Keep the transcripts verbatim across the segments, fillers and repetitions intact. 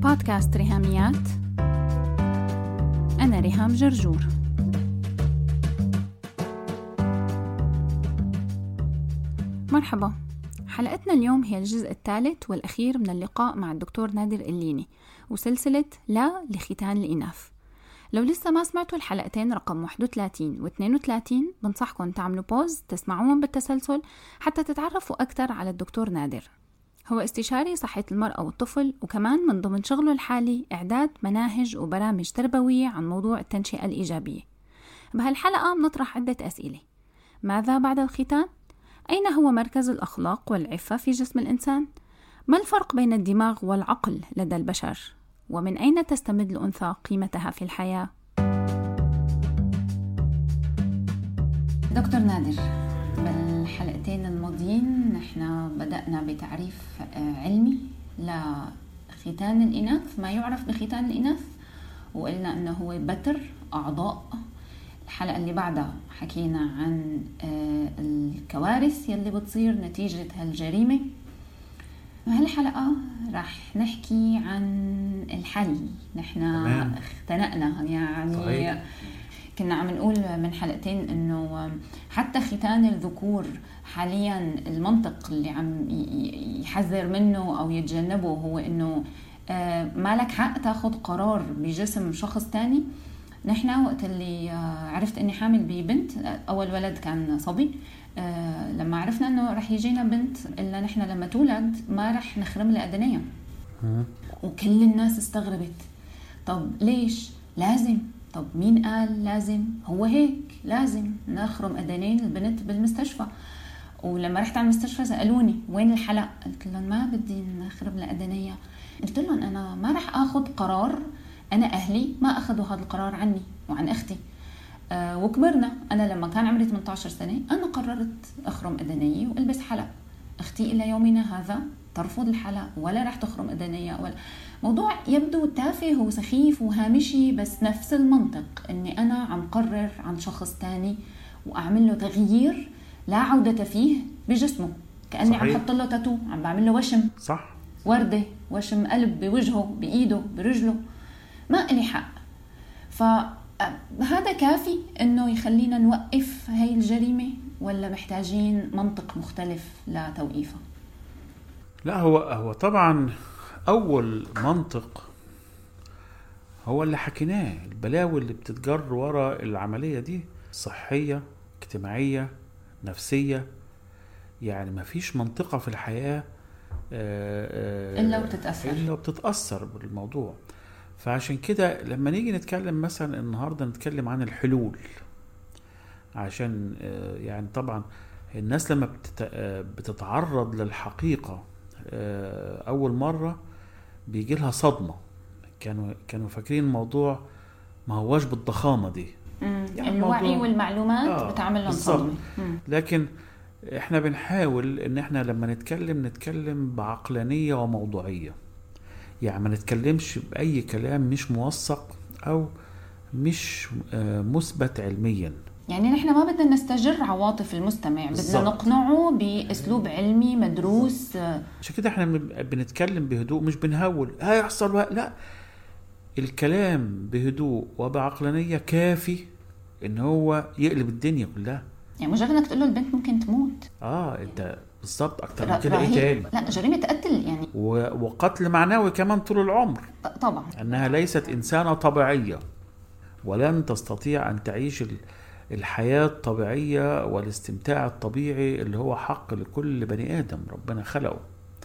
بودكاست ريهاميات. أنا ريهام جرجور. مرحبا، حلقتنا اليوم هي الجزء الثالث والأخير من اللقاء مع الدكتور نادر الليني وسلسلة لا لختان الإناث. لو لسه ما سمعتوا الحلقتين رقم واحد وثلاثين و اثنين وثلاثين بنصحكم تعملوا بوز تسمعوهم بالتسلسل حتى تتعرفوا أكثر على الدكتور نادر. هو استشاري صحة المرأة والطفل، وكمان من ضمن شغله الحالي إعداد مناهج وبرامج تربوية عن موضوع التنشئة الإيجابية. بهالحلقة بنطرح عدة أسئلة: ماذا بعد الختان؟ أين هو مركز الأخلاق والعفة في جسم الإنسان؟ ما الفرق بين الدماغ والعقل لدى البشر؟ ومن أين تستمد الأنثى قيمتها في الحياة؟ دكتور نادر، بالحلقتين الماضيين نحن بدأنا بتعريف علمي لختان الإناث، ما يعرف بختان الإناث، وقلنا أنه هو بتر أعضاء. الحلقة اللي بعدها حكينا عن الكوارث يلي بتصير نتيجة هالجريمة. وهالحلقة راح نحكي عن الحل. نحن اختنقنا يعني صحيح. كنا عم نقول من حلقتين انه حتى ختان الذكور حاليا المنطق اللي عم يحذر منه او يتجنبه هو انه ما لك حق تاخد قرار بجسم شخص تاني. نحن وقت اللي عرفت اني حامل ببنت، اول ولد كان صبي، لما عرفنا انه رح يجينا بنت الا نحن لما تولد ما رح نخرم لها أدنية، وكل الناس استغربت. طب ليش لازم؟ طب مين قال لازم؟ هو هيك لازم نخرم أدنين البنت بالمستشفى. ولما رحت على المستشفى سألوني وين الحلق، قلت لهم ما بدي نخرم لها أدنية. قلت لهم أنا ما رح أخذ قرار، أنا أهلي ما أخذوا هذا القرار عني وعن أختي. أه وكبرنا، أنا لما كان عمري ثمانية عشر سنة أنا قررت أخرم أدنية وألبس حلق. أختي إلى يومنا هذا ترفض الحلق ولا رح تخرم أدنية. ولا موضوع يبدو تافه وسخيف وهامشي، بس نفس المنطق أني أنا عم قرر عن شخص تاني وأعمل له تغيير لا عودة فيه بجسمه، كأني صحيح. عم حط له تاتو، عم بعمل له وشم صح، وردة، وشم قلب بوجهه بإيده برجله. ما إلي حق. فهذا كافي أنه يخلينا نوقف هاي الجريمة ولا محتاجين منطق مختلف لتوقيفها؟ لا، هو هو طبعا أول منطق هو اللي حكيناه، البلاوي اللي بتتجر وراء العملية دي صحية اجتماعية نفسية. يعني ما فيش منطقة في الحياة إلا وبتتأثر إلا وبتتأثر بالموضوع. فعشان كده لما نيجي نتكلم مثلا النهاردة نتكلم عن الحلول، عشان يعني طبعا الناس لما بتتعرض للحقيقة أول مرة بيجي لها صدمة. كانوا كانوا فاكرين الموضوع ما هوش بالضخامة دي، يعني الوعي والمعلومات آه بتعمل لهم صدمة. لكن احنا بنحاول ان احنا لما نتكلم نتكلم بعقلانية وموضوعية، يعني ما نتكلمش بأي كلام مش موثق أو مش مثبت علميا. يعني نحن ما بدنا نستجر عواطف المستمع، بدنا نقنعه بأسلوب علمي مدروس. عشان كده احنا بنتكلم بهدوء، مش بنهول هيحصل وقت. لا، الكلام بهدوء وبعقلانية كافي ان هو يقلب الدنيا كلها. يعني مجرد انك تقول له البنت ممكن تموت، اه انت بالضبط اكتر من كده ايه تاني؟ لا، جريمة قتل يعني، وقتل معنوي كمان طول العمر. طبعا انها ليست انسانة طبيعية، ولن تستطيع ان تعيش الحياة الطبيعية والاستمتاع الطبيعي اللي هو حق لكل بني آدم ربنا خلقه.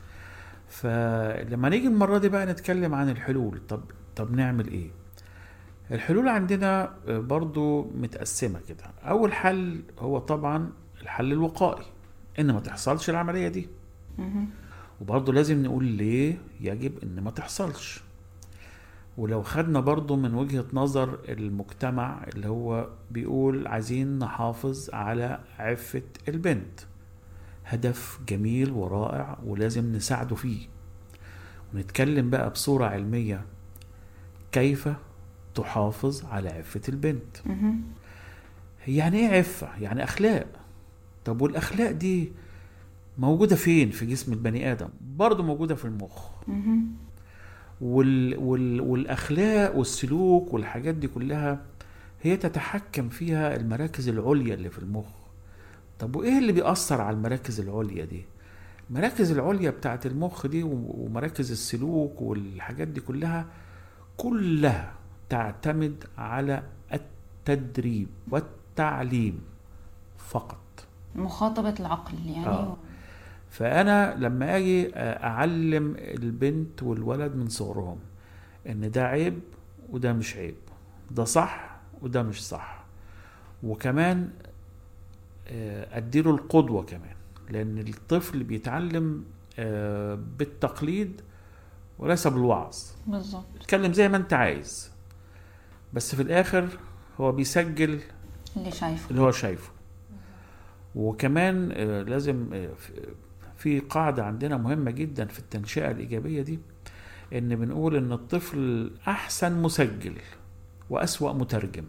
فلما نيجي المرة دي بقى نتكلم عن الحلول. طب طب نعمل ايه؟ الحلول عندنا برضو متقسمة كده. اول حل هو طبعا الحل الوقائي، ان ما تحصلش العملية دي. وبرضو لازم نقول ليه يجب ان ما تحصلش. ولو خدنا برضو من وجهة نظر المجتمع اللي هو بيقول عايزين نحافظ على عفة البنت، هدف جميل ورائع ولازم نساعده فيه. ونتكلم بقى بصورة علمية كيف تحافظ على عفة البنت. يعني ايه عفة؟ يعني اخلاق. طب والاخلاق دي موجودة فين في جسم البني آدم؟ برضو موجودة في المخ. وال وال والاخلاق والسلوك والحاجات دي كلها هي تتحكم فيها المراكز العليا اللي في المخ. طب وايه اللي بيأثر على المراكز العليا دي؟ المراكز العليا بتاعت المخ دي ومراكز السلوك والحاجات دي كلها كلها تعتمد على التدريب والتعليم فقط، مخاطبة العقل يعني. آه. فأنا لما أجي أعلم البنت والولد من صغرهم إن ده عيب وده مش عيب، ده صح وده مش صح، وكمان أديله القدوة كمان، لأن الطفل بيتعلم بالتقليد وليس بالوعظ. بالظبط. اتكلم زي ما انت عايز، بس في الآخر هو بيسجل اللي شايفه اللي هو شايفه. وكمان لازم في قاعدة عندنا مهمة جدا في التنشئة الإيجابية دي، إن بنقول إن الطفل أحسن مسجل وأسوأ مترجم.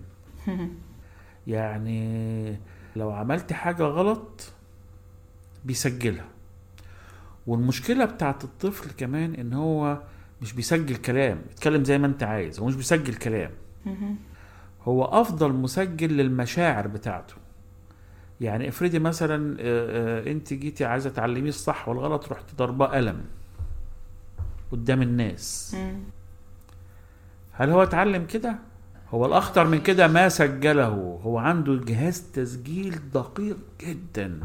يعني لو عملت حاجة غلط بيسجلها. والمشكلة بتاعت الطفل كمان إن هو مش بيسجل كلام، يتكلم زي ما أنت عايز، هو مش بيسجل كلام، هو أفضل مسجل للمشاعر بتاعته. يعني افرضي مثلا انت جيتي عايزه تعلميه الصح والغلط، رحت ضربه قلم قدام الناس، هل هو اتعلم كده؟ هو الاخطر من كده ما سجله، هو عنده جهاز تسجيل دقيق جدا،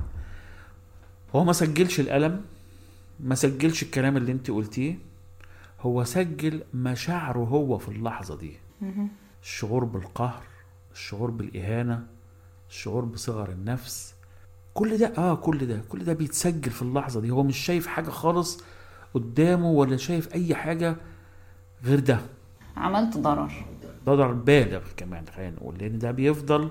هو ما سجلش القلم، ما سجلش الكلام اللي انت قلتيه، هو سجل مشاعره هو في اللحظه دي، الشعور بالقهر، الشعور بالاهانه، الشعور بصغر النفس، كل ده اه كل ده كل ده بيتسجل في اللحظة دي. هو مش شايف حاجة خالص قدامه ولا شايف اي حاجة غير ده. عملت ضرر ضرر بالغ كمان، خلينا نقول، لان ده بيفضل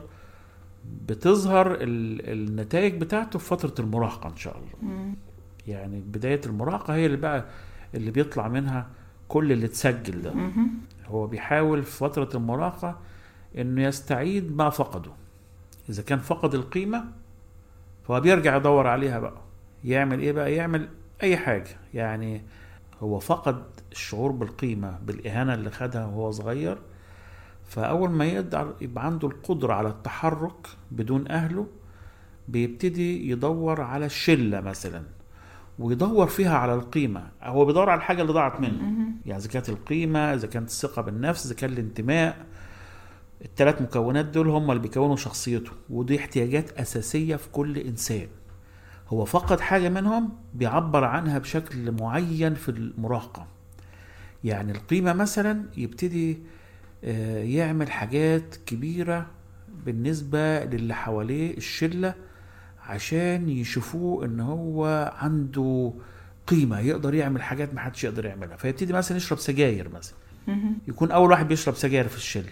بتظهر النتائج بتاعته في فترة المراهقة ان شاء الله. مم. يعني بداية المراهقة هي اللي بقى اللي بيطلع منها كل اللي اتسجل ده. مم. هو بيحاول في فترة المراهقة انه يستعيد ما فقده. إذا كان فقد القيمة فهو بيرجع يدور عليها بقى، يعمل إيه بقى؟ يعمل أي حاجة. يعني هو فقد الشعور بالقيمة بالإهانة اللي خدها وهو صغير، فأول ما يقدر يبقى عنده القدرة على التحرك بدون أهله، بيبتدي يدور على الشلة مثلا ويدور فيها على القيمة. هو بيدور على الحاجة اللي ضاعت منه، يعني إذا كانت القيمة، إذا كانت الثقة بالنفس، إذا كان الانتماء. الثلاث مكونات دول هم اللي بيكونوا شخصيته، ودي احتياجات أساسية في كل إنسان. هو فقد حاجة منهم بيعبر عنها بشكل معين في المراهقة. يعني القيمة مثلا يبتدي يعمل حاجات كبيرة بالنسبة للي حواليه الشلة عشان يشوفوه ان هو عنده قيمة، يقدر يعمل حاجات ما حدش يقدر يعملها. فيبتدي مثلا يشرب سجاير مثلا، يكون أول واحد بيشرب سجاير في الشلة.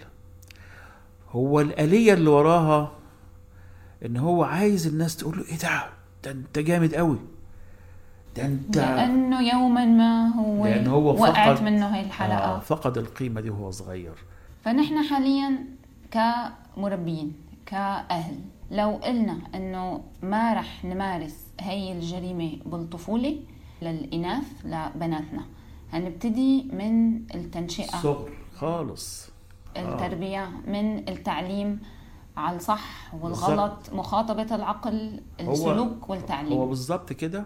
هو الآلية اللي وراها ان هو عايز الناس تقول له ايه ده ده انت جامد قوي، ده انت، لانه يوما ما هو, لأنه هو وقعت فقد منه هاي الحلقة. آه فقد القيمة دي وهو صغير. فنحن حاليا كمربين كأهل لو قلنا انه ما رح نمارس هاي الجريمة بالطفولة للإناث لبناتنا، هنبتدي من التنشئة صغر خالص، التربية، آه. من التعليم على الصح والغلط، بالزبط. مخاطبة العقل، السلوك هو والتعليم. هو بالضبط كده.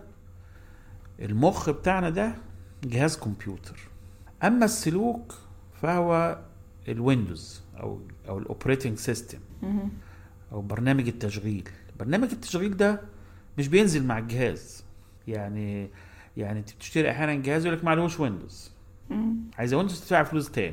المخ بتاعنا ده جهاز كمبيوتر، اما السلوك فهو الويندوز او او الاوبريتنج سيستم او برنامج التشغيل. برنامج التشغيل ده مش بينزل مع الجهاز. يعني يعني انت بتشتري احيانا جهاز يقول لك ما عليهوش ويندوز، عايز ويندوز تدفع فلوس تاني.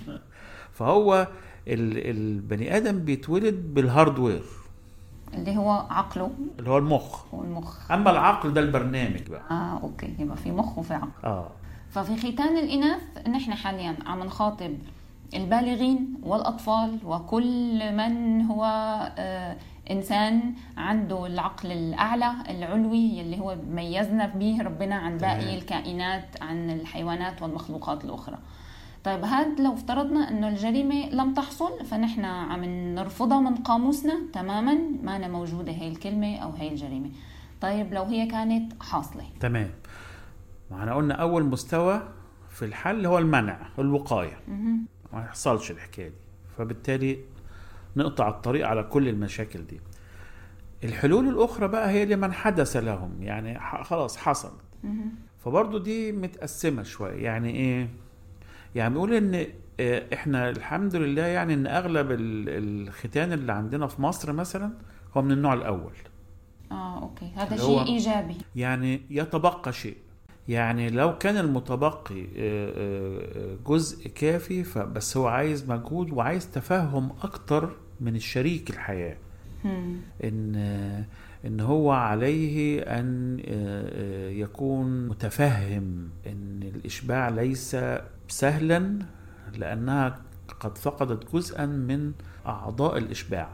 فهو البني ادم بيتولد بالهاردوير اللي هو عقله، اللي هو المخ. هو المخ. اما العقل ده البرنامج بقى. اه اوكي، يبقى في مخ وفي عقل. اه ففي ختان الاناث نحن حاليا عم نخاطب البالغين والاطفال وكل من هو آه انسان عنده العقل الاعلى العلوي اللي هو ميزنا به ربنا عن باقي الكائنات، عن الحيوانات والمخلوقات الاخرى. طيب هاد لو افترضنا انه الجريمة لم تحصل، فنحن عم نرفضها من قاموسنا تماما، ما أنا موجودة هاي الكلمة او هاي الجريمة. طيب لو هي كانت حاصلة، تمام، معنا قلنا اول مستوى في الحل هو المنع، الوقاية، ما يحصلش الحكاية دي، فبالتالي نقطع الطريق على كل المشاكل دي. الحلول الأخرى بقى هي لمن حدث لهم، يعني خلاص حصل، فبرضو دي متقسمة شوية. يعني إيه؟ يعني بيقول إن إحنا الحمد لله يعني إن أغلب الختان اللي عندنا في مصر مثلا هو من النوع الأول. آه أوكي، هذا شيء إيجابي. يعني يتبقى شيء، يعني لو كان المتبقي جزء كافي، فبس هو عايز مجهود وعايز تفهم أكتر من الشريك الحياة، إن إن هو عليه أن يكون متفهم إن الإشباع ليس سهلا، لأنها قد فقدت جزءا من أعضاء الإشباع،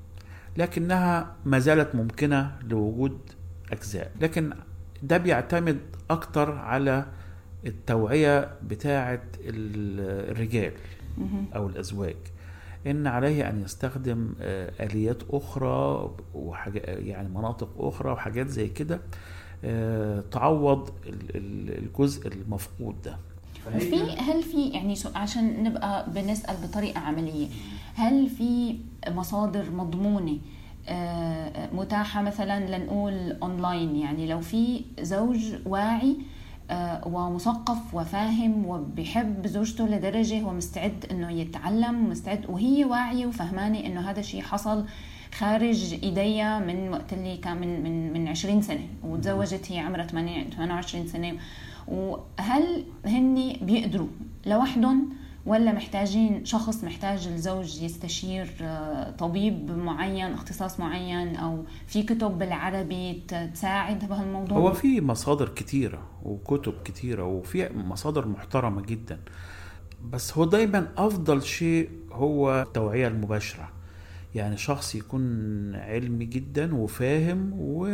لكنها ما زالت ممكنة لوجود أجزاء. لكن ده بيعتمد أكتر على التوعية بتاعة الرجال أو الأزواج، إن عليه أن يستخدم آليات أخرى وحاجات، يعني مناطق أخرى وحاجات زي كده تعوض الجزء المفقود ده. في هل في يعني عشان نبقى بنسأل بطريقة عملية، هل في مصادر مضمونة متاحة مثلا لنقول أونلاين؟ يعني لو في زوج واعي ومثقف وفاهم وبيحب زوجته لدرجة ومستعد إنه يتعلم ومستعد، وهي واعية وفهمانة إنه هذا الشيء حصل خارج إيديا من وقت اللي كان من من من عشرين سنة، وتزوجت هي عمرها ثمانية وعشرين سنة، وهل هني بيقدروا لوحدهم ولا محتاجين شخص، محتاج الزوج يستشير طبيب معين، اختصاص معين، أو في كتب بالعربي تساعد بهالموضوع؟ هو في مصادر كتيرة وكتب كتيرة وفي مصادر محترمة جدا، بس هو دايما أفضل شيء هو التوعية المباشرة، يعني شخص يكون علمي جدا وفاهم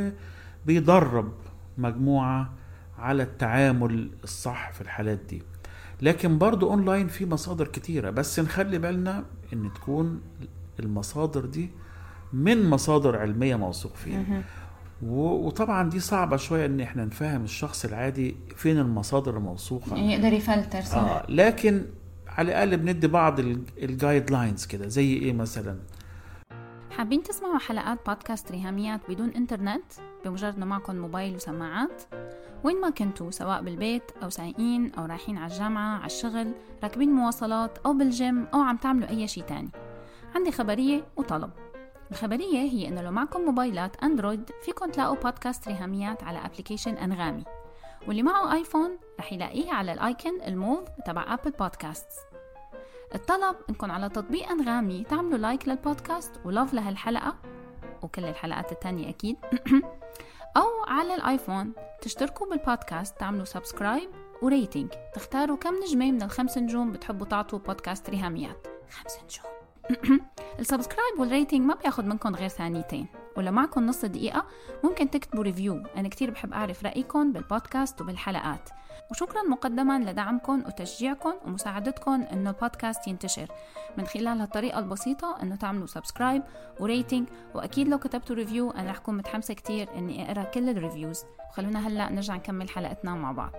وبيدرب مجموعة على التعامل الصح في الحالات دي. لكن برضو اونلاين في مصادر كتيرة، بس نخلي بالنا ان تكون المصادر دي من مصادر علمية موثوق فيها، وطبعا دي صعبة شوية ان احنا نفهم الشخص العادي فين المصادر الموثوقة، يعني يقدر يفلتر صح. آه لكن على الاقل بندي بعض الجايد لاينز كده، زي ايه مثلا. حابين تسمعوا حلقات بودكاست ريهاميات بدون انترنت بمجرد انه معكم موبايل وسماعات؟ وين ما كنتوا، سواء بالبيت أو سايقين أو رايحين على الجامعة، على الشغل، راكبين مواصلات أو بالجيم أو عم تعملوا أي شيء تاني، عندي خبرية وطلب. الخبرية هي إنه لو معكم موبايلات أندرويد فيكم تلاقوا بودكاست ريهاميات على أبليكيشن أنغامي، واللي معه آيفون رح يلاقيه على الآيكون الموف تبع أبل بودكاست. الطلب إنكم على تطبيق أنغامي تعملوا لايك للبودكاست ولوف لهالحلقة وكل الحلقات التانية أكيد أو على الآيفون تشتركوا بالبودكاست، تعملوا سبسكرايب وريتينج، تختاروا كم نجمة من الخمس نجوم بتحبوا تعطوا بودكاست ريهاميات. خمس نجوم. السبسكرايب والريتينج ما بياخد منكم غير ثانيتين، ولو معكم نص دقيقة ممكن تكتبوا ريفيو، أنا كتير بحب أعرف رأيكم بالبودكاست وبالحلقات. وشكرا مقدما لدعمكم وتشجيعكم ومساعدتكم إنه البودكاست ينتشر من خلال هالطريقة البسيطة، إنه تعملوا سبسكرايب وريتينج، وأكيد لو كتبتوا ريفيو أنا رح أكون متحمسة كتير إني أقرأ كل الريفيوز. وخلونا هلأ نرجع نكمل حلقتنا مع بعض.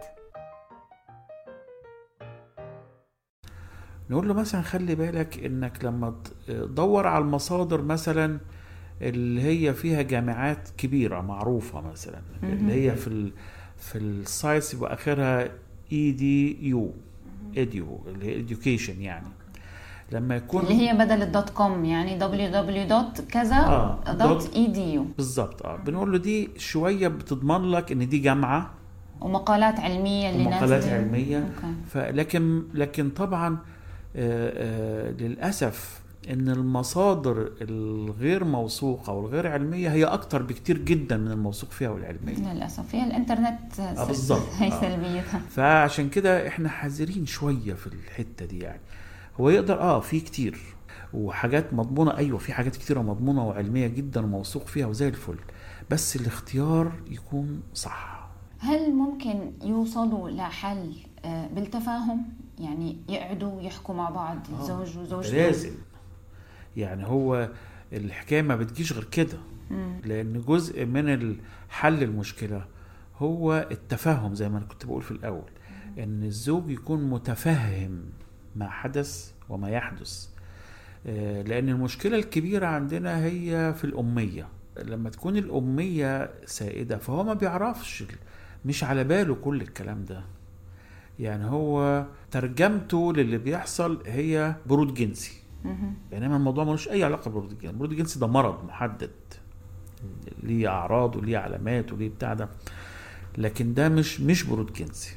نقول له مثلا خلي بالك إنك لما تدور على المصادر مثلا اللي هي فيها جامعات كبيرة معروفة مثلا، اللي هي في ال في السايتس واخرها اي دي يو اديو اللي هي education، يعني لما يكون اللي هي بدل الدوت كوم يعني دبليو دبليو دوت كذا دوت اي دي يو بالظبط. اه بنقول له دي شويه بتضمن لك ان دي جامعه ومقالات علميه اللي نازله مقالات علميه. فلكن لكن طبعا آآ آآ للاسف ان المصادر الغير موثوقه والغير علميه هي اكتر بكتير جدا من الموثوق فيها والعلميه للاسف. هي الانترنت آه بالظبط هي سلبيتها. آه. فعشان كده احنا حذرين شويه في الحته دي. يعني هو يقدر اه في كتير وحاجات مضمونه، ايوه في حاجات كتيره مضمونه وعلميه جدا وموثوق فيها وزي الفل، بس الاختيار يكون صح. هل ممكن يوصلوا لحل بالتفاهم؟ يعني يقعدوا يحكوا مع بعض آه. زوج وزوجته؟ لازم. يعني هو الحكاية ما بتجيش غير كده، لأن جزء من حل المشكلة هو التفاهم زي ما أنا كنت بقول في الأول، ان الزوج يكون متفهم ما حدث وما يحدث. لان المشكلة الكبيرة عندنا هي في الأمية. لما تكون الأمية سائدة فهو ما بيعرفش، مش على باله كل الكلام ده. يعني هو ترجمته للي بيحصل هي برود جنسي، بينما الموضوع ملوش اي علاقه بالبرود الجنسي. البرود الجنسي ده مرض محدد ليه اعراض وليه علامات وليه بتاع ده، لكن ده مش مش برود جنسي،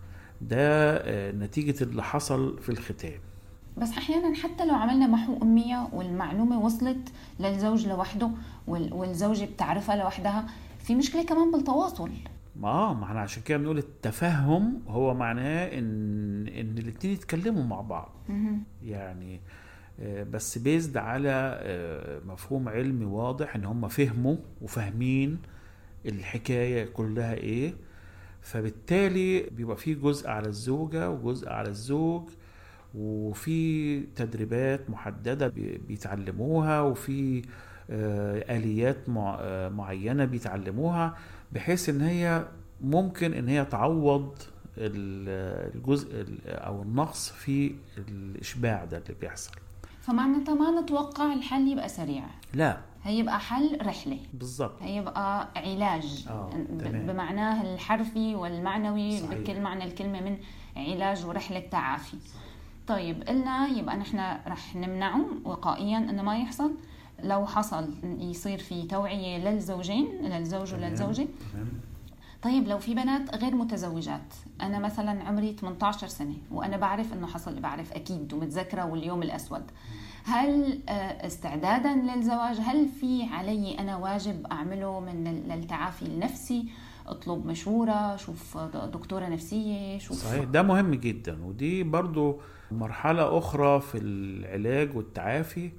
ده نتيجه اللي حصل في الختان. بس احيانا حتى لو عملنا محو اميه والمعلومه وصلت للزوج لوحده والزوجه بتعرفها لوحدها، في مشكله كمان بالتواصل. اه ما احنا عشان كده بنقول التفهم هو معناه ان ان الاتنين يتكلموا مع بعض. يعني بس بيزد على مفهوم علمي واضح ان هم فهموا وفاهمين الحكاية كلها ايه، فبالتالي بيبقى فيه جزء على الزوجة وجزء على الزوج، وفي تدريبات محددة بيتعلموها، وفي آليات معينة بيتعلموها بحيث ان هي ممكن ان هي تعوض الجزء او النقص في الاشباع ده اللي بيحصل. فمعناتها ما نتوقع الحل يبقى سريع، لا هيبقى حل رحلة بالضبط، هيبقى علاج آه، بمعناه الحرفي والمعنوي. صحيح. بكل معنى الكلمة من علاج ورحلة تعافي. طيب قلنا يبقى نحن رح نمنعه وقائيا انه ما يحصل. لو حصل يصير في توعية للزوجين، للزوج وللزوجة. طيب لو في بنات غير متزوجات، أنا مثلا عمري ثمانية عشر سنة وأنا بعرف إنه حصل، بعرف أكيد ومتذكرة واليوم الأسود، هل استعدادا للزواج هل في علي أنا واجب أعمله من للتعافي النفسي؟ أطلب مشورة، شوف دكتورة نفسية، شوف. صحيح، ده مهم جدا، ودي برضو مرحلة أخرى في العلاج والتعافي،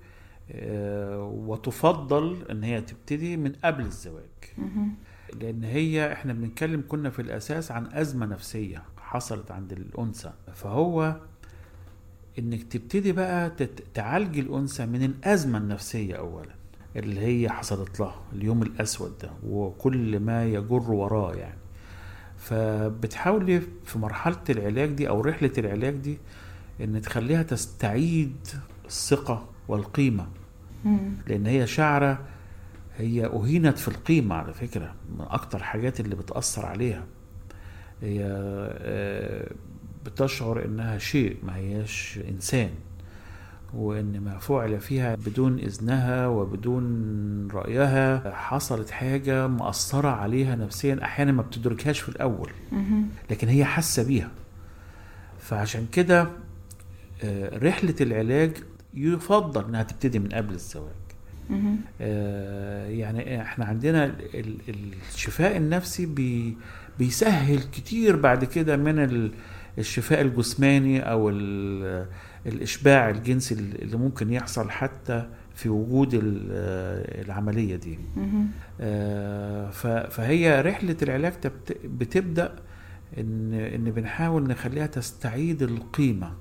وتفضل ان هي تبتدي من قبل الزواج. لان هي احنا بنتكلم كنا في الاساس عن ازمة نفسية حصلت عند الانثى، فهو انك تبتدي بقى تعالج الانثى من الازمة النفسية اولا اللي هي حصلت لها اليوم الاسود ده وكل ما يجر وراه. يعني فبتحاولي في مرحلة العلاج دي او رحلة العلاج دي ان تخليها تستعيد الثقة والقيمة، لان هي شعرة هي اهينت في القيمة. على فكرة من اكتر حاجات اللي بتأثر عليها هي بتشعر انها شيء ما هياش انسان، وان ما فعل فيها بدون اذنها وبدون رأيها حصلت حاجة مؤثرة عليها نفسيا، احيانا ما بتدركهاش في الاول لكن هي حاسة بيها. فعشان كده رحلة العلاج يفضل انها تبتدي من قبل الزواج. آه يعني احنا عندنا الشفاء النفسي بي بيسهل كتير بعد كده من الشفاء الجسماني او الاشباع الجنسي اللي ممكن يحصل حتى في وجود العملية دي. آه فهي رحلة العلاج بتبدأ ان ان بنحاول نخليها تستعيد القيمة،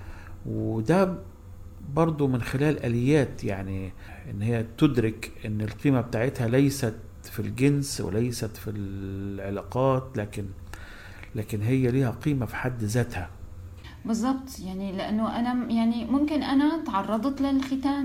وده برضو من خلال آليات، يعني ان هي تدرك ان القيمة بتاعتها ليست في الجنس وليست في العلاقات، لكن لكن هي ليها قيمة في حد ذاتها. بالضبط، يعني لانه انا يعني ممكن انا تعرضت للختان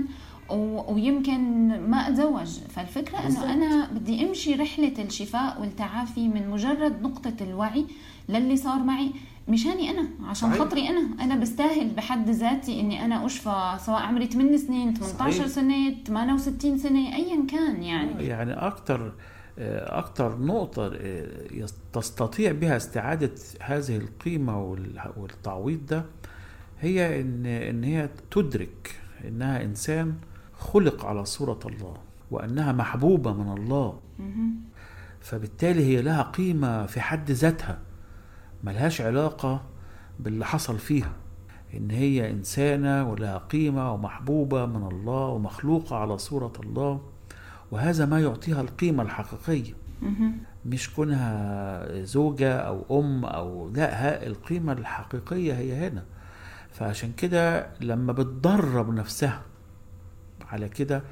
ويمكن ما اتزوج، فالفكرة بالزبط. انه انا بدي امشي رحلة الشفاء والتعافي من مجرد نقطة الوعي للي صار معي مشاني انا، عشان صحيح. خاطري انا انا بستاهل بحد ذاتي اني انا اشفى، سواء عمري ثمانية سنين ثمانية عشر صحيح. سنة ثمانية وستين سنة ايا كان. يعني يعني اكتر اكتر نقطة تستطيع بها استعادة هذه القيمة والتعويض ده هي ان ان هي تدرك انها انسان خلق على صورة الله وانها محبوبة من الله، فبالتالي هي لها قيمة في حد ذاتها، ملهاش علاقة باللي حصل فيها، ان هي انسانة ولها قيمة ومحبوبة من الله ومخلوقة على صورة الله، وهذا ما يعطيها القيمة الحقيقية، مش كونها زوجة او ام او لا، القيمة الحقيقية هي هنا. فعشان كده لما بتدرب نفسها على كده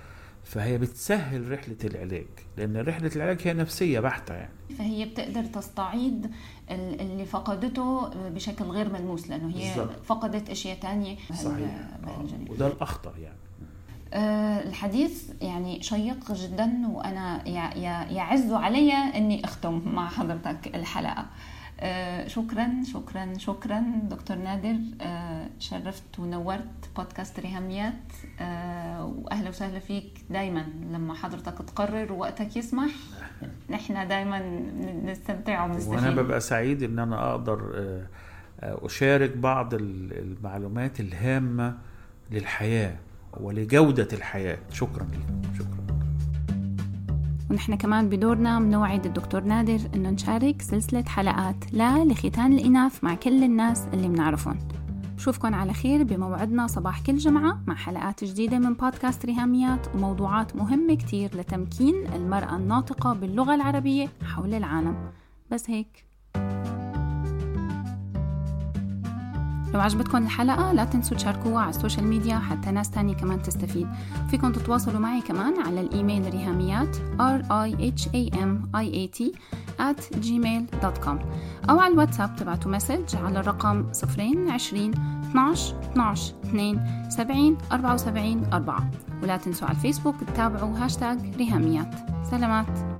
فهي بتسهل رحلة العلاج، لأن رحلة العلاج هي نفسية بحتة يعني. فهي بتقدر تستعيد اللي فقدته بشكل غير ملموس، لأنه هي بالزبط. فقدت أشياء تانية. صحيح. آه. وده الأخطر يعني. أه الحديث يعني شيق جدا، وأنا يعز علي أني أختم مع حضرتك الحلقة. أه شكرا شكرا شكرا دكتور نادر، أه شرفت ونورت بودكاست ريهاميات. أه وأهلا وسهلا فيك دايما لما حضرتك تقرر ووقتك يسمح. نحن دايما نستمتع ونستفيد، وأنا ببقى سعيد أن أنا أقدر أشارك بعض المعلومات الهامة للحياة ولجودة الحياة. شكرا لك. شكرا. ونحن كمان بدورنا منوعد الدكتور نادر إنه نشارك سلسلة حلقات لا لختان الإناث مع كل الناس اللي منعرفون. بشوفكن على خير بموعدنا صباح كل جمعة مع حلقات جديدة من بودكاست ريهاميات وموضوعات مهمة كتير لتمكين المرأة الناطقة باللغة العربية حول العالم. بس هيك. لو عجبتكم الحلقة لا تنسوا تشاركوها على السوشيال ميديا حتى ناس تانية كمان تستفيد. فيكم تتواصلوا معي كمان على الإيميل ريهاميات r i h a m i a t at gmail dot com أو على الواتساب تبعتوا مسج على الرقم صفرين عشرين اثناش اثناش اثنين سبعين أربعة وسبعين أربعة. ولا تنسوا على الفيسبوك تتابعوا هاشتاج ريهاميات. سلامات.